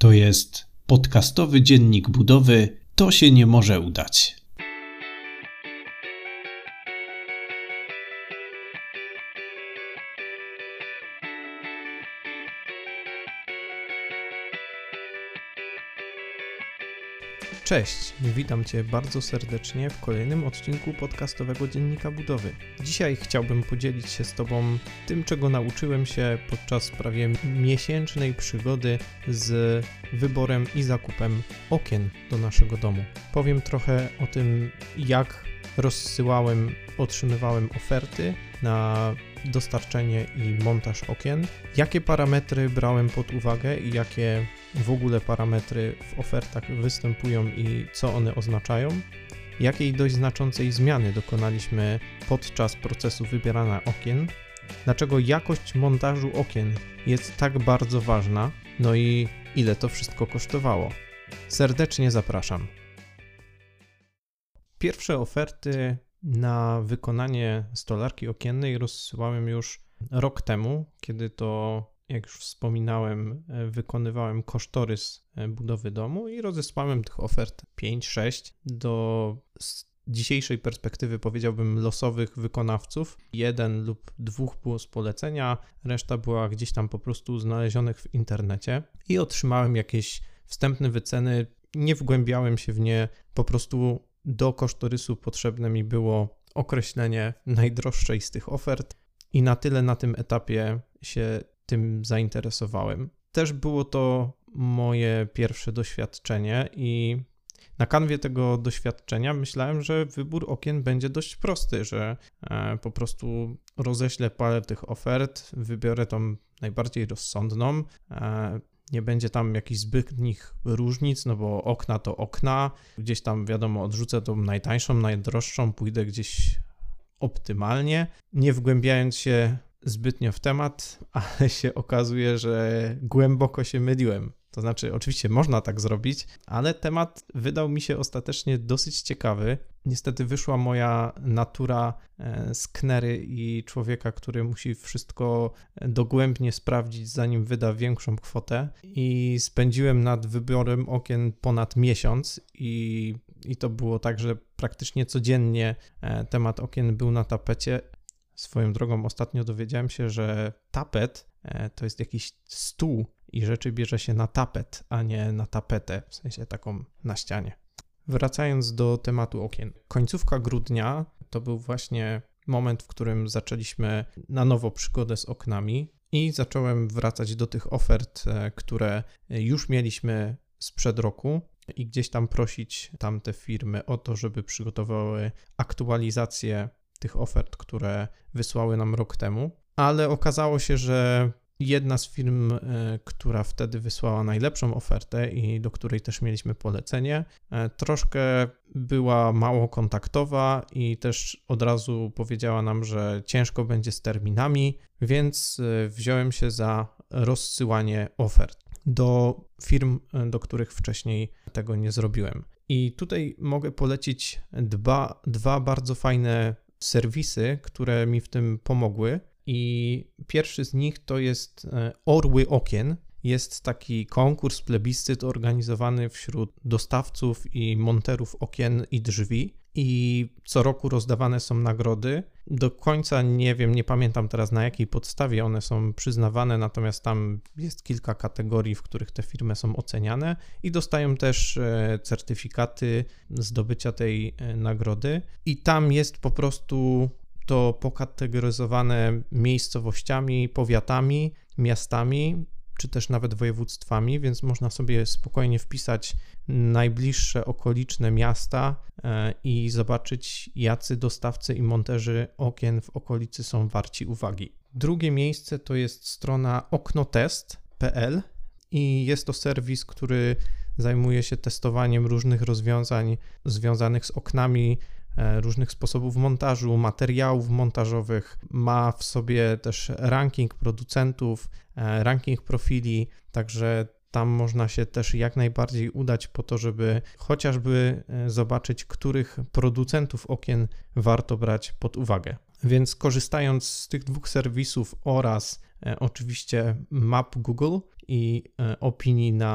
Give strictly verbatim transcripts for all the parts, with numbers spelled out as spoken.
To jest podcastowy dziennik budowy To się nie może udać. Cześć, witam Cię bardzo serdecznie w kolejnym odcinku podcastowego Dziennika Budowy. Dzisiaj chciałbym podzielić się z Tobą tym, czego nauczyłem się podczas prawie miesięcznej przygody z wyborem i zakupem okien do naszego domu. Powiem trochę o tym, jak rozsyłałem, otrzymywałem oferty na dostarczenie i montaż okien, jakie parametry brałem pod uwagę i jakie w ogóle parametry w ofertach występują i co one oznaczają, jakiej dość znaczącej zmiany dokonaliśmy podczas procesu wybierania okien, dlaczego jakość montażu okien jest tak bardzo ważna, no i ile to wszystko kosztowało. Serdecznie zapraszam. Pierwsze oferty na wykonanie stolarki okiennej rozsyłałem już rok temu, kiedy to, jak już wspominałem, wykonywałem kosztorys budowy domu i rozesłałem tych ofert pięć sześć do z dzisiejszej perspektywy, powiedziałbym, losowych wykonawców. Jeden lub dwóch było z polecenia, reszta była gdzieś tam po prostu znalezionych w internecie i otrzymałem jakieś wstępne wyceny, nie wgłębiałem się w nie, po prostu do kosztorysu potrzebne mi było określenie najdroższej z tych ofert i na tyle na tym etapie się tym zainteresowałem. Też było to moje pierwsze doświadczenie i na kanwie tego doświadczenia myślałem, że wybór okien będzie dość prosty, że po prostu roześlę parę tych ofert, wybiorę tą najbardziej rozsądną, nie będzie tam jakichś zbytnich różnic, no bo okna to okna, gdzieś tam wiadomo odrzucę tą najtańszą, najdroższą, pójdę gdzieś optymalnie, nie wgłębiając się zbytnio w temat, ale się okazuje, że głęboko się myliłem. To znaczy, oczywiście można tak zrobić, ale temat wydał mi się ostatecznie dosyć ciekawy. Niestety wyszła moja natura sknery i człowieka, który musi wszystko dogłębnie sprawdzić, zanim wyda większą kwotę. I spędziłem nad wyborem okien ponad miesiąc i, i to było tak, że praktycznie codziennie temat okien był na tapecie. Swoją drogą ostatnio dowiedziałem się, że tapet to jest jakiś stół i rzeczy bierze się na tapet, a nie na tapetę, w sensie taką na ścianie. Wracając do tematu okien. Końcówka grudnia to był właśnie moment, w którym zaczęliśmy na nowo przygodę z oknami i zacząłem wracać do tych ofert, które już mieliśmy sprzed roku i gdzieś tam prosić tamte firmy o to, żeby przygotowały aktualizację tych ofert, które wysłały nam rok temu, ale okazało się, że jedna z firm, która wtedy wysłała najlepszą ofertę i do której też mieliśmy polecenie, troszkę była mało kontaktowa i też od razu powiedziała nam, że ciężko będzie z terminami, więc wziąłem się za rozsyłanie ofert do firm, do których wcześniej tego nie zrobiłem. I tutaj mogę polecić dwa, dwa bardzo fajne serwisy, które mi w tym pomogły. I pierwszy z nich to jest Orły Okien. Jest taki konkurs, plebiscyt organizowany wśród dostawców i monterów okien i drzwi i co roku rozdawane są nagrody. Do końca nie wiem, nie pamiętam teraz na jakiej podstawie one są przyznawane, natomiast tam jest kilka kategorii, w których te firmy są oceniane i dostają też certyfikaty zdobycia tej nagrody i tam jest po prostu to pokategoryzowane miejscowościami, powiatami, miastami, czy też nawet województwami, więc można sobie spokojnie wpisać najbliższe okoliczne miasta i zobaczyć, jacy dostawcy i monterzy okien w okolicy są warci uwagi. Drugie miejsce to jest strona oknotest kropka p l i jest to serwis, który zajmuje się testowaniem różnych rozwiązań związanych z oknami, różnych sposobów montażu, materiałów montażowych, ma w sobie też ranking producentów, ranking profili, także tam można się też jak najbardziej udać po to, żeby chociażby zobaczyć, których producentów okien warto brać pod uwagę. Więc korzystając z tych dwóch serwisów oraz e, oczywiście map Google i e, opinii na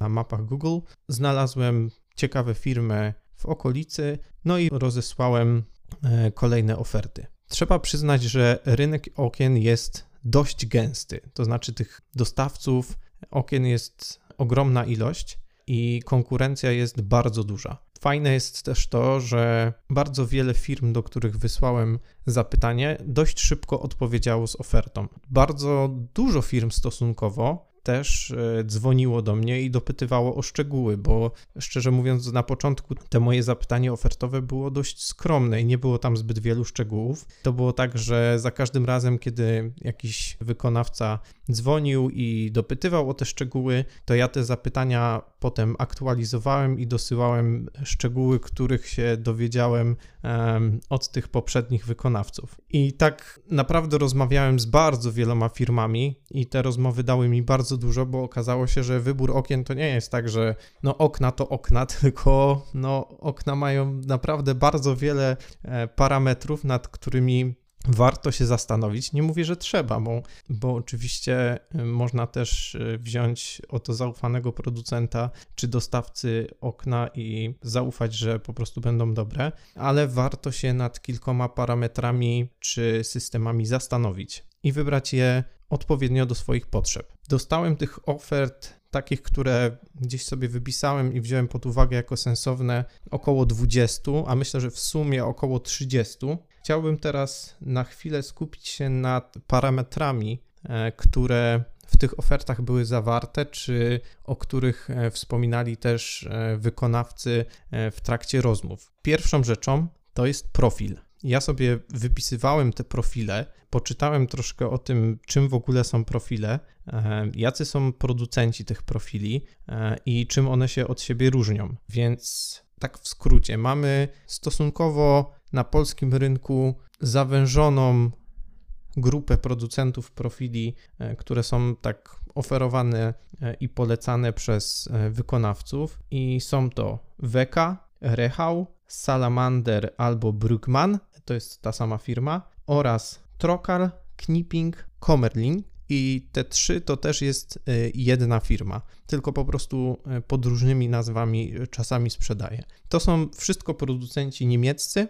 na mapach Google, znalazłem ciekawe firmy w okolicy, no i rozesłałem kolejne oferty. Trzeba przyznać, że rynek okien jest dość gęsty, to znaczy tych dostawców okien jest ogromna ilość i konkurencja jest bardzo duża. Fajne jest też to, że bardzo wiele firm, do których wysłałem zapytanie, dość szybko odpowiedziało z ofertą. Bardzo dużo firm stosunkowo też dzwoniło do mnie i dopytywało o szczegóły, bo szczerze mówiąc na początku te moje zapytanie ofertowe było dość skromne i nie było tam zbyt wielu szczegółów. To było tak, że za każdym razem, kiedy jakiś wykonawca dzwonił i dopytywał o te szczegóły, to ja te zapytania potem aktualizowałem i dosyłałem szczegóły, których się dowiedziałem um, od tych poprzednich wykonawców. I tak naprawdę rozmawiałem z bardzo wieloma firmami i te rozmowy dały mi bardzo dużo, bo okazało się, że wybór okien to nie jest tak, że no okna to okna, tylko no okna mają naprawdę bardzo wiele e, parametrów, nad którymi warto się zastanowić. Nie mówię, że trzeba, bo, bo oczywiście można też wziąć oto zaufanego producenta czy dostawcy okna i zaufać, że po prostu będą dobre, ale warto się nad kilkoma parametrami czy systemami zastanowić i wybrać je odpowiednio do swoich potrzeb. Dostałem tych ofert takich, które gdzieś sobie wypisałem i wziąłem pod uwagę jako sensowne, około dwadzieścia, a myślę, że w sumie około trzydzieści. Chciałbym teraz na chwilę skupić się nad parametrami, które w tych ofertach były zawarte, czy o których wspominali też wykonawcy w trakcie rozmów. Pierwszą rzeczą to jest profil. Ja sobie wypisywałem te profile, poczytałem troszkę o tym, czym w ogóle są profile, jacy są producenci tych profili i czym one się od siebie różnią. Więc tak w skrócie, mamy stosunkowo na polskim rynku zawężoną grupę producentów profili, które są tak oferowane i polecane przez wykonawców i są to Weka, Rehau, Salamander albo Brugman, to jest ta sama firma, oraz Trokar, Knipping, Kommerling i te trzy to też jest jedna firma, tylko po prostu pod różnymi nazwami czasami sprzedaje. To są wszystko producenci niemieccy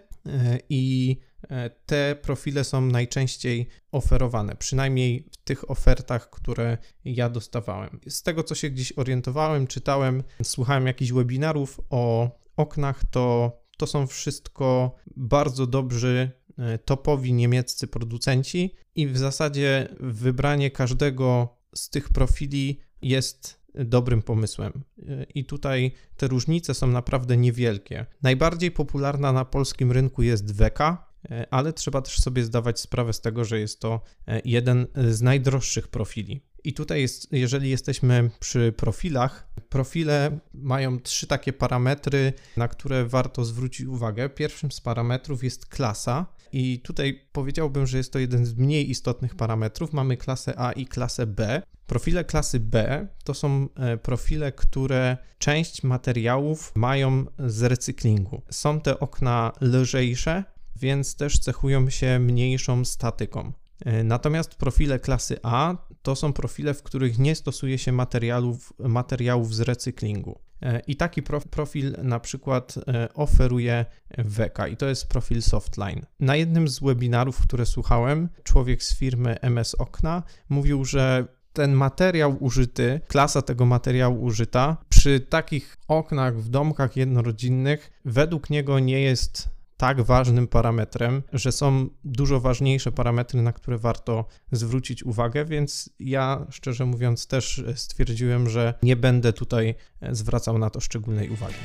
i te profile są najczęściej oferowane, przynajmniej w tych ofertach, które ja dostawałem. Z tego, co się gdzieś orientowałem, czytałem, słuchałem jakichś webinarów o oknach, to, to są wszystko bardzo dobrzy, topowi niemieccy producenci i w zasadzie wybranie każdego z tych profili jest dobrym pomysłem. I tutaj te różnice są naprawdę niewielkie. Najbardziej popularna na polskim rynku jest Weka, ale trzeba też sobie zdawać sprawę z tego, że jest to jeden z najdroższych profili. I tutaj jest, jeżeli jesteśmy przy profilach, profile mają trzy takie parametry, na które warto zwrócić uwagę. Pierwszym z parametrów jest klasa i tutaj powiedziałbym, że jest to jeden z mniej istotnych parametrów. Mamy klasę A i klasę B. Profile klasy B to są profile, które część materiałów mają z recyklingu. Są te okna lżejsze, więc też cechują się mniejszą statyką. Natomiast profile klasy A to są profile, w których nie stosuje się materiałów, materiałów z recyklingu. I taki profil na przykład oferuje Weka i to jest profil Softline. Na jednym z webinarów, które słuchałem, człowiek z firmy M S Okna mówił, że ten materiał użyty, klasa tego materiału użyta przy takich oknach w domkach jednorodzinnych według niego nie jest tak ważnym parametrem, że są dużo ważniejsze parametry, na które warto zwrócić uwagę, więc ja szczerze mówiąc też stwierdziłem, że nie będę tutaj zwracał na to szczególnej uwagi.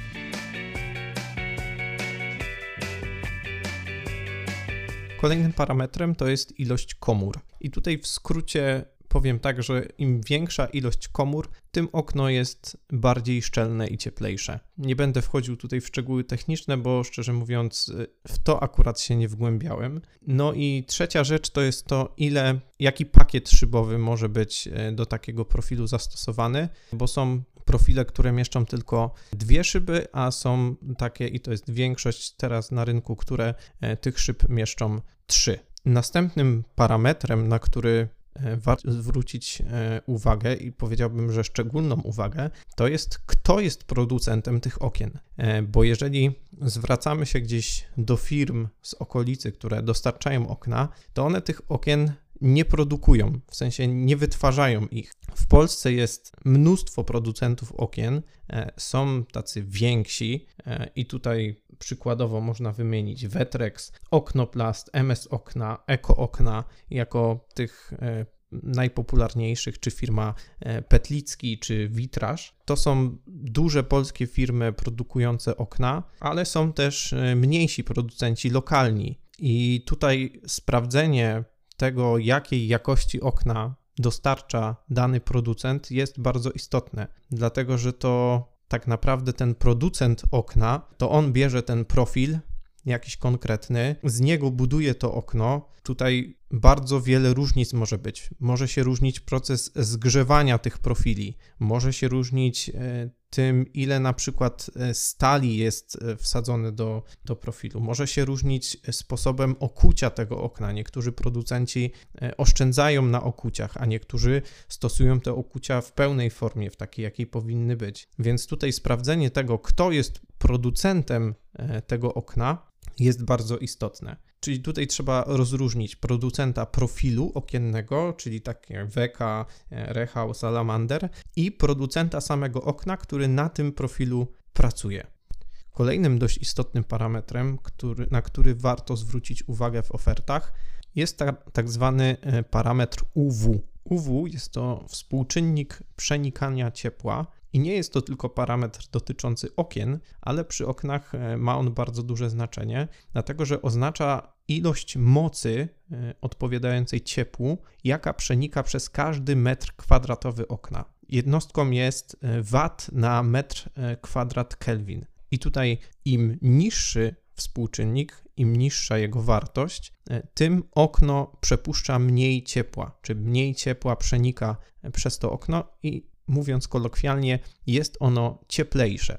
Kolejnym parametrem to jest ilość komór. I tutaj w skrócie powiem tak, że im większa ilość komór, tym okno jest bardziej szczelne i cieplejsze. Nie będę wchodził tutaj w szczegóły techniczne, bo szczerze mówiąc w to akurat się nie wgłębiałem. No i trzecia rzecz to jest to, ile, jaki pakiet szybowy może być do takiego profilu zastosowany, bo są profile, które mieszczą tylko dwie szyby, a są takie, i to jest większość teraz na rynku, które tych szyb mieszczą trzy. Następnym parametrem, na który warto zwrócić uwagę i powiedziałbym, że szczególną uwagę, to jest kto jest producentem tych okien, bo jeżeli zwracamy się gdzieś do firm z okolicy, które dostarczają okna, to one tych okien nie produkują, w sensie nie wytwarzają ich. W Polsce jest mnóstwo producentów okien, są tacy więksi i tutaj przykładowo można wymienić Wetrex, Oknoplast, M S Okna, Eko Okna jako tych najpopularniejszych, czy firma Petlicki, czy Witraż. To są duże polskie firmy produkujące okna, ale są też mniejsi producenci lokalni i tutaj sprawdzenie tego, jakiej jakości okna dostarcza dany producent, jest bardzo istotne, dlatego że to tak naprawdę ten producent okna, to on bierze ten profil jakiś konkretny, z niego buduje to okno. Tutaj bardzo wiele różnic może być. Może się różnić proces zgrzewania tych profili, może się różnić tym, ile na przykład stali jest wsadzone do, do profilu. Może się różnić sposobem okucia tego okna. Niektórzy producenci oszczędzają na okuciach, a niektórzy stosują te okucia w pełnej formie, w takiej, jakiej powinny być. Więc tutaj sprawdzenie tego, kto jest producentem tego okna, jest bardzo istotne. Czyli tutaj trzeba rozróżnić producenta profilu okiennego, czyli takie jak Weka, Rechau, Salamander, i producenta samego okna, który na tym profilu pracuje. Kolejnym dość istotnym parametrem, który, na który warto zwrócić uwagę w ofertach, jest ta, tak zwany parametr U W. U W jest to współczynnik przenikania ciepła i nie jest to tylko parametr dotyczący okien, ale przy oknach ma on bardzo duże znaczenie, dlatego że oznacza ilość mocy odpowiadającej ciepłu, jaka przenika przez każdy metr kwadratowy okna. Jednostką jest watt na metr kwadrat Kelvin. I tutaj im niższy współczynnik, im niższa jego wartość, tym okno przepuszcza mniej ciepła, czy mniej ciepła przenika przez to okno i mówiąc kolokwialnie, jest ono cieplejsze.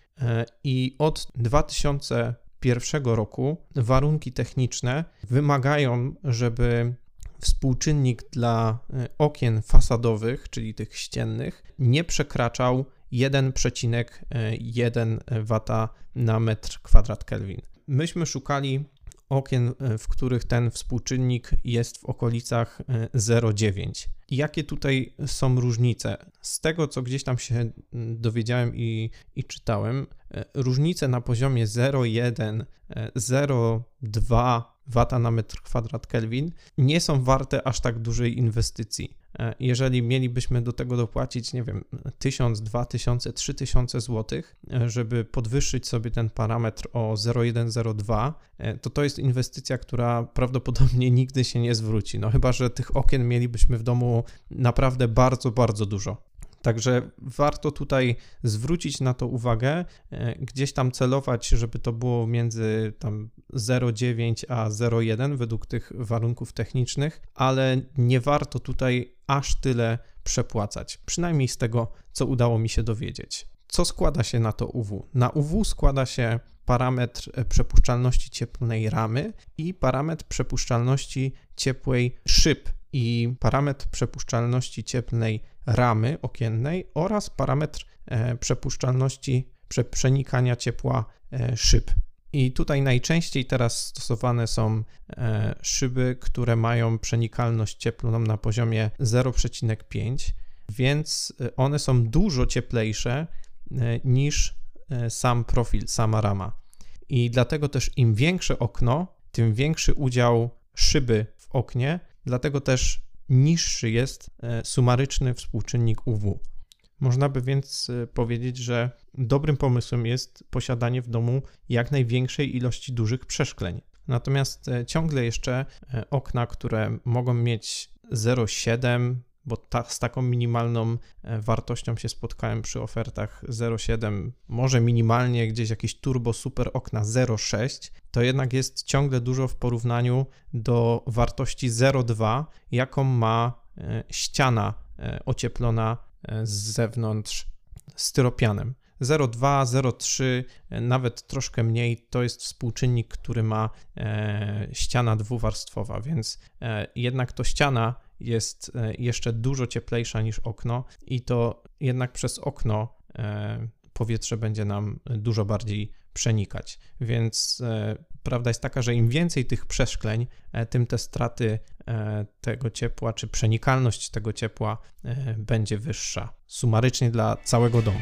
I od dwa tysiące pierwszego roku warunki techniczne wymagają, żeby współczynnik dla okien fasadowych, czyli tych ściennych, nie przekraczał jeden przecinek jeden wata na metr kwadrat Kelvin. Myśmy szukali okien, w których ten współczynnik jest w okolicach zero przecinek dziewięć. Jakie tutaj są różnice? Z tego, co gdzieś tam się dowiedziałem i, i czytałem, różnice na poziomie zero przecinek jeden, zero przecinek dwa wata na metr kwadrat Kelvin nie są warte aż tak dużej inwestycji. Jeżeli mielibyśmy do tego dopłacić, nie wiem, tysiąc, dwa tysiące, trzy tysiące złotych, żeby podwyższyć sobie ten parametr o zero przecinek jeden, zero przecinek dwa, to to jest inwestycja, która prawdopodobnie nigdy się nie zwróci. No chyba że tych okien mielibyśmy w domu naprawdę bardzo, bardzo dużo. Także warto tutaj zwrócić na to uwagę, gdzieś tam celować, żeby to było między tam zero przecinek dziewięć a zero przecinek jeden według tych warunków technicznych, ale nie warto tutaj aż tyle przepłacać, przynajmniej z tego, co udało mi się dowiedzieć. Co składa się na to U W? Na U W składa się parametr przepuszczalności cieplnej ramy i parametr przepuszczalności ciepłej szyb i parametr przepuszczalności cieplnej ramy okiennej oraz parametr e, przepuszczalności prze, przenikania ciepła e, szyb. I tutaj najczęściej teraz stosowane są e, szyby, które mają przenikalność cieplną na poziomie zero przecinek pięć, więc one są dużo cieplejsze e, niż e, sam profil, sama rama. I dlatego też im większe okno, tym większy udział szyby w oknie, dlatego też niższy jest sumaryczny współczynnik U W. Można by więc powiedzieć, że dobrym pomysłem jest posiadanie w domu jak największej ilości dużych przeszkleń. Natomiast ciągle jeszcze okna, które mogą mieć zero przecinek siedem, bo ta, z taką minimalną wartością się spotkałem przy ofertach zero przecinek siedem, może minimalnie gdzieś jakieś turbo super okna zero przecinek sześć, to jednak jest ciągle dużo w porównaniu do wartości zero przecinek dwa, jaką ma ściana ocieplona z zewnątrz styropianem. zero przecinek dwa, zero przecinek trzy, nawet troszkę mniej, to jest współczynnik, który ma e, ściana dwuwarstwowa, więc e, jednak to ściana jest jeszcze dużo cieplejsza niż okno i to jednak przez okno powietrze będzie nam dużo bardziej przenikać. Więc prawda jest taka, że im więcej tych przeszkleń, tym te straty tego ciepła, czy przenikalność tego ciepła będzie wyższa sumarycznie dla całego domu.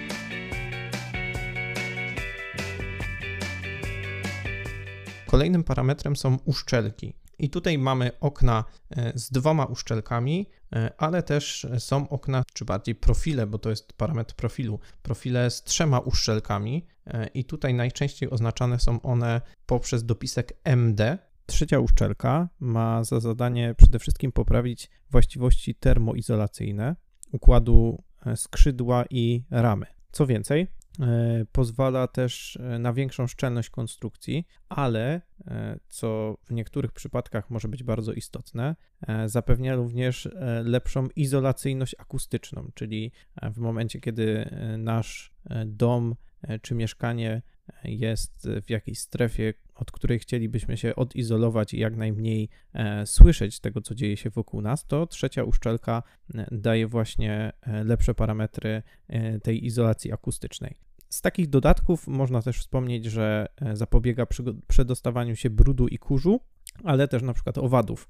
Kolejnym parametrem są uszczelki. I tutaj mamy okna z dwoma uszczelkami, ale też są okna, czy bardziej profile, bo to jest parametr profilu, profile z trzema uszczelkami i tutaj najczęściej oznaczane są one poprzez dopisek M D. Trzecia uszczelka ma za zadanie przede wszystkim poprawić właściwości termoizolacyjne układu skrzydła i ramy. Co więcej, pozwala też na większą szczelność konstrukcji, ale co w niektórych przypadkach może być bardzo istotne, zapewnia również lepszą izolacyjność akustyczną, czyli w momencie, kiedy nasz dom czy mieszkanie jest w jakiejś strefie, od której chcielibyśmy się odizolować i jak najmniej słyszeć tego, co dzieje się wokół nas, to trzecia uszczelka daje właśnie lepsze parametry tej izolacji akustycznej. Z takich dodatków można też wspomnieć, że zapobiega przedostawaniu się brudu i kurzu, ale też na przykład owadów,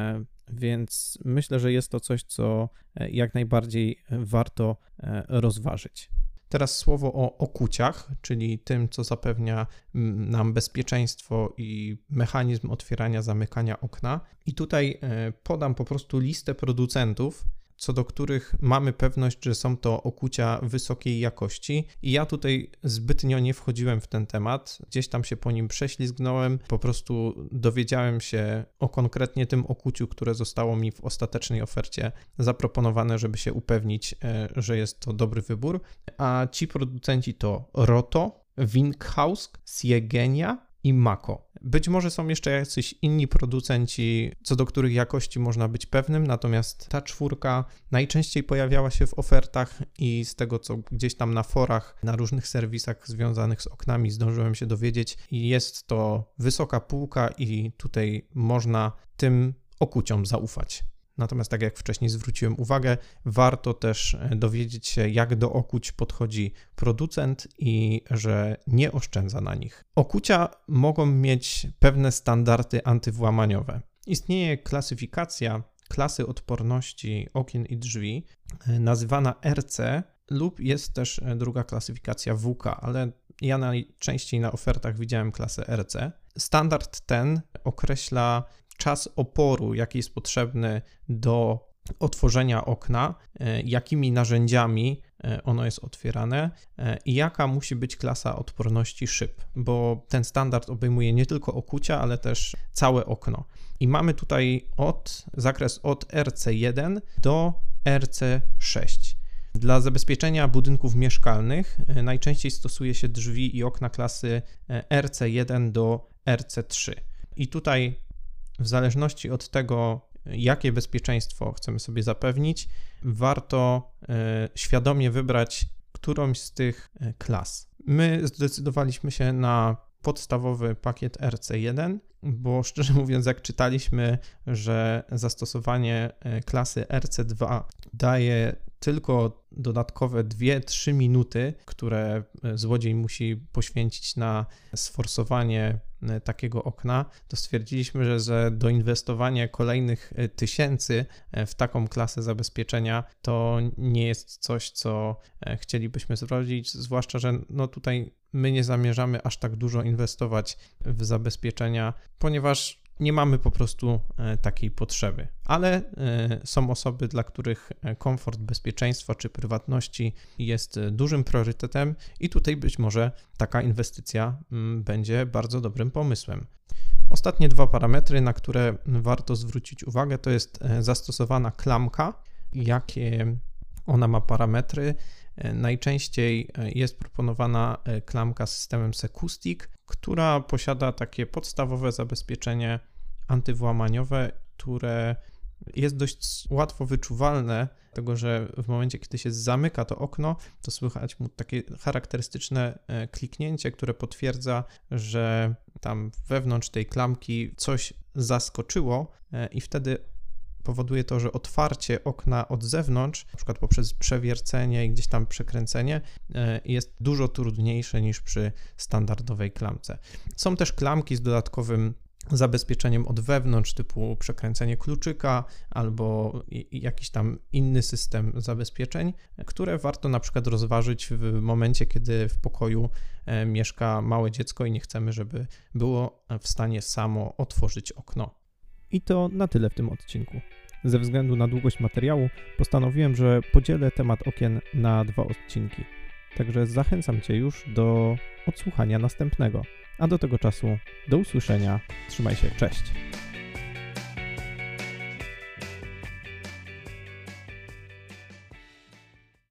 więc myślę, że jest to coś, co jak najbardziej warto rozważyć. Teraz słowo o okuciach, czyli tym, co zapewnia nam bezpieczeństwo i mechanizm otwierania, zamykania okna. I tutaj podam po prostu listę producentów, co do których mamy pewność, że są to okucia wysokiej jakości. I ja tutaj zbytnio nie wchodziłem w ten temat, gdzieś tam się po nim prześlizgnąłem, po prostu dowiedziałem się o konkretnie tym okuciu, które zostało mi w ostatecznej ofercie zaproponowane, żeby się upewnić, że jest to dobry wybór. A ci producenci to Roto, Winkhaus, Siegenia i Mako. Być może są jeszcze jacyś inni producenci, co do których jakości można być pewnym, natomiast ta czwórka najczęściej pojawiała się w ofertach i z tego, co gdzieś tam na forach, na różnych serwisach związanych z oknami zdążyłem się dowiedzieć, jest to wysoka półka i tutaj można tym okuciom zaufać. Natomiast tak jak wcześniej zwróciłem uwagę, warto też dowiedzieć się, jak do okuć podchodzi producent i że nie oszczędza na nich. Okucia mogą mieć pewne standardy antywłamaniowe. Istnieje klasyfikacja klasy odporności okien i drzwi, nazywana R C, lub jest też druga klasyfikacja W K, ale ja najczęściej na ofertach widziałem klasę R C. Standard ten określa czas oporu, jaki jest potrzebny do otworzenia okna, jakimi narzędziami ono jest otwierane i jaka musi być klasa odporności szyb, bo ten standard obejmuje nie tylko okucia, ale też całe okno. I mamy tutaj od, zakres od R C jeden do R C sześć. Dla zabezpieczenia budynków mieszkalnych najczęściej stosuje się drzwi i okna klasy R C jeden do R C trzy. I tutaj w zależności od tego, jakie bezpieczeństwo chcemy sobie zapewnić, warto świadomie wybrać którąś z tych klas. My zdecydowaliśmy się na podstawowy pakiet R C jeden, bo szczerze mówiąc, jak czytaliśmy, że zastosowanie klasy R C dwa daje tylko dodatkowe dwie trzy minuty, które złodziej musi poświęcić na sforsowanie takiego okna, to stwierdziliśmy, że za doinwestowanie kolejnych tysięcy w taką klasę zabezpieczenia to nie jest coś, co chcielibyśmy zrobić, zwłaszcza, że no tutaj my nie zamierzamy aż tak dużo inwestować w zabezpieczenia, ponieważ nie mamy po prostu takiej potrzeby, ale są osoby, dla których komfort, bezpieczeństwo czy prywatności jest dużym priorytetem i tutaj być może taka inwestycja będzie bardzo dobrym pomysłem. Ostatnie dwa parametry, na które warto zwrócić uwagę, to jest zastosowana klamka, jakie ona ma parametry. Najczęściej jest proponowana klamka z systemem Secustick, która posiada takie podstawowe zabezpieczenie antywłamaniowe, które jest dość łatwo wyczuwalne, dlatego że w momencie, kiedy się zamyka to okno, to słychać mu takie charakterystyczne kliknięcie, które potwierdza, że tam wewnątrz tej klamki coś zaskoczyło i wtedy powoduje to, że otwarcie okna od zewnątrz, na przykład poprzez przewiercenie i gdzieś tam przekręcenie, jest dużo trudniejsze niż przy standardowej klamce. Są też klamki z dodatkowym zabezpieczeniem od wewnątrz, typu przekręcenie kluczyka albo jakiś tam inny system zabezpieczeń, które warto na przykład rozważyć w momencie, kiedy w pokoju mieszka małe dziecko i nie chcemy, żeby było w stanie samo otworzyć okno. I to na tyle w tym odcinku. Ze względu na długość materiału postanowiłem, że podzielę temat okien na dwa odcinki. Także zachęcam Cię już do odsłuchania następnego. A do tego czasu do usłyszenia. Trzymaj się, cześć.